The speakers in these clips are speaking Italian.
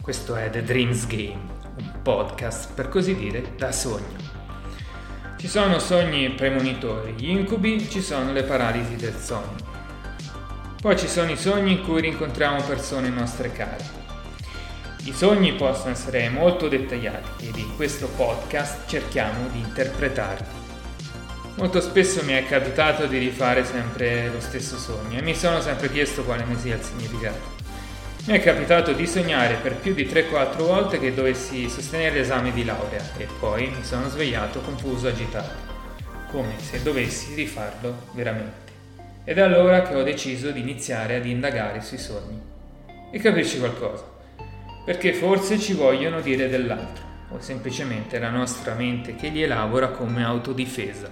Questo è The Dreams Game, un podcast per così dire da sogno. Ci sono sogni premonitori, gli incubi, ci sono le paralisi del sonno. Poi ci sono i sogni in cui rincontriamo persone nostre care. I sogni possono essere molto dettagliati ed in questo podcast cerchiamo di interpretarli. Molto spesso mi è capitato di rifare sempre lo stesso sogno e mi sono sempre chiesto quale ne sia il significato. Mi è capitato di sognare per più di 3-4 volte che dovessi sostenere l'esame di laurea e poi mi sono svegliato confuso, agitato, come se dovessi rifarlo veramente. Ed è allora che ho deciso di iniziare ad indagare sui sogni e capirci qualcosa, perché forse ci vogliono dire dell'altro o semplicemente la nostra mente che li elabora come autodifesa.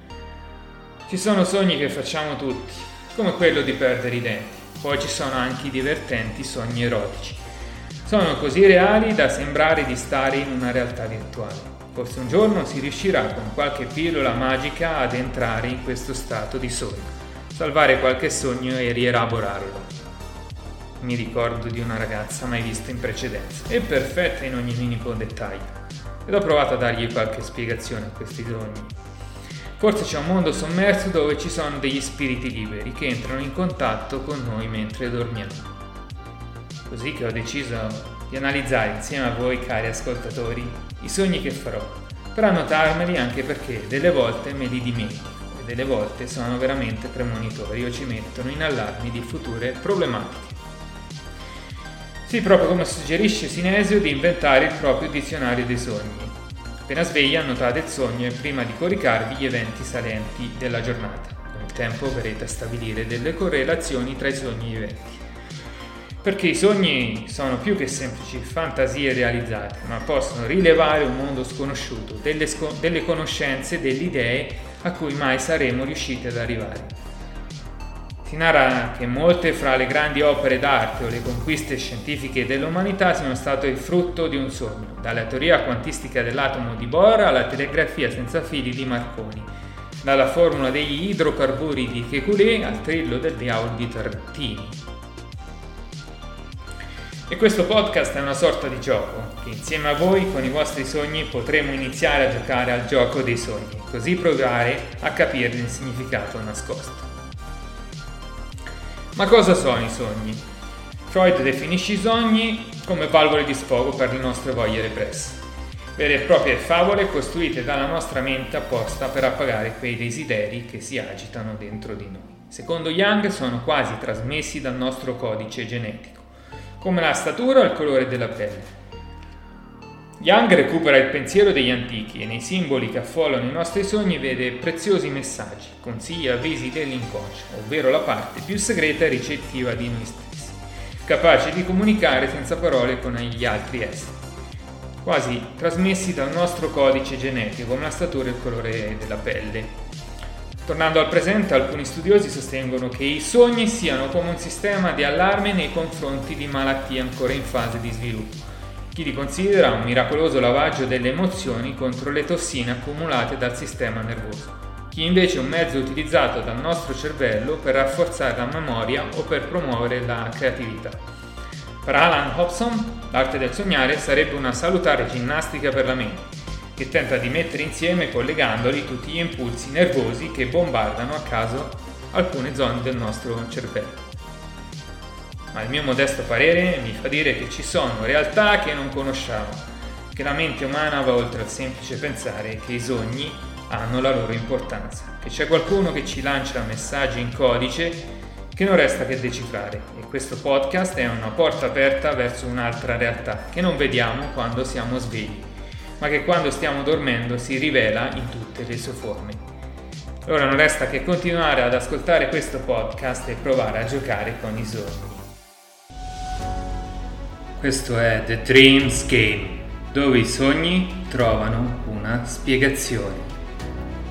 Ci sono sogni che facciamo tutti, come quello di perdere i denti. Poi ci sono anche i divertenti sogni erotici. Sono così reali da sembrare di stare in una realtà virtuale. Forse un giorno si riuscirà con qualche pillola magica ad entrare in questo stato di sogno, salvare qualche sogno e rielaborarlo. Mi ricordo di una ragazza mai vista in precedenza e perfetta in ogni minimo dettaglio. Ed ho provato a dargli qualche spiegazione a questi sogni. Forse c'è un mondo sommerso dove ci sono degli spiriti liberi che entrano in contatto con noi mentre dormiamo. Così che ho deciso di analizzare insieme a voi, cari ascoltatori, i sogni che farò, per annotarmeli anche perché delle volte me li dimentico e delle volte sono veramente premonitori o ci mettono in allarmi di future problematiche. Sì, proprio come suggerisce Sinesio di inventare il proprio dizionario dei sogni. Appena svegli annotate il sogno e prima di coricarvi gli eventi salienti della giornata. Con il tempo verrete a stabilire delle correlazioni tra i sogni e gli eventi. Perché i sogni sono più che semplici fantasie realizzate, ma possono rilevare un mondo sconosciuto, delle conoscenze, delle idee a cui mai saremo riusciti ad arrivare. Si narra che molte fra le grandi opere d'arte o le conquiste scientifiche dell'umanità siano state il frutto di un sogno, dalla teoria quantistica dell'atomo di Bohr alla telegrafia senza fili di Marconi, dalla formula degli idrocarburi di Kekulé al trillo del diavolo di Tartini. E questo podcast è una sorta di gioco, che insieme a voi con i vostri sogni potremo iniziare a giocare al gioco dei sogni, così provare a capirne il significato nascosto. Ma cosa sono i sogni? Freud definisce i sogni come valvole di sfogo per le nostre voglie represse, vere e proprie favole costruite dalla nostra mente apposta per appagare quei desideri che si agitano dentro di noi. Secondo Jung sono quasi trasmessi dal nostro codice genetico, come la statura o il colore della pelle. Jung recupera il pensiero degli antichi e nei simboli che affollano i nostri sogni vede preziosi messaggi, consigli e avvisi dell'inconscio, ovvero la parte più segreta e ricettiva di noi stessi, capace di comunicare senza parole con gli altri esseri, quasi trasmessi dal nostro codice genetico come la statura e il colore della pelle. Tornando al presente, alcuni studiosi sostengono che i sogni siano come un sistema di allarme nei confronti di malattie ancora in fase di sviluppo. Chi li considera un miracoloso lavaggio delle emozioni contro le tossine accumulate dal sistema nervoso. Chi invece è un mezzo utilizzato dal nostro cervello per rafforzare la memoria o per promuovere la creatività. Per Alan Hobson, l'arte del sognare sarebbe una salutare ginnastica per la mente, che tenta di mettere insieme collegandoli tutti gli impulsi nervosi che bombardano a caso alcune zone del nostro cervello. Ma il mio modesto parere mi fa dire che ci sono realtà che non conosciamo, che la mente umana va oltre al semplice pensare che i sogni hanno la loro importanza, che c'è qualcuno che ci lancia messaggi in codice che non resta che decifrare e questo podcast è una porta aperta verso un'altra realtà che non vediamo quando siamo svegli, ma che quando stiamo dormendo si rivela in tutte le sue forme. Allora non resta che continuare ad ascoltare questo podcast e provare a giocare con i sogni. Questo è The Dreams Game, dove i sogni trovano una spiegazione.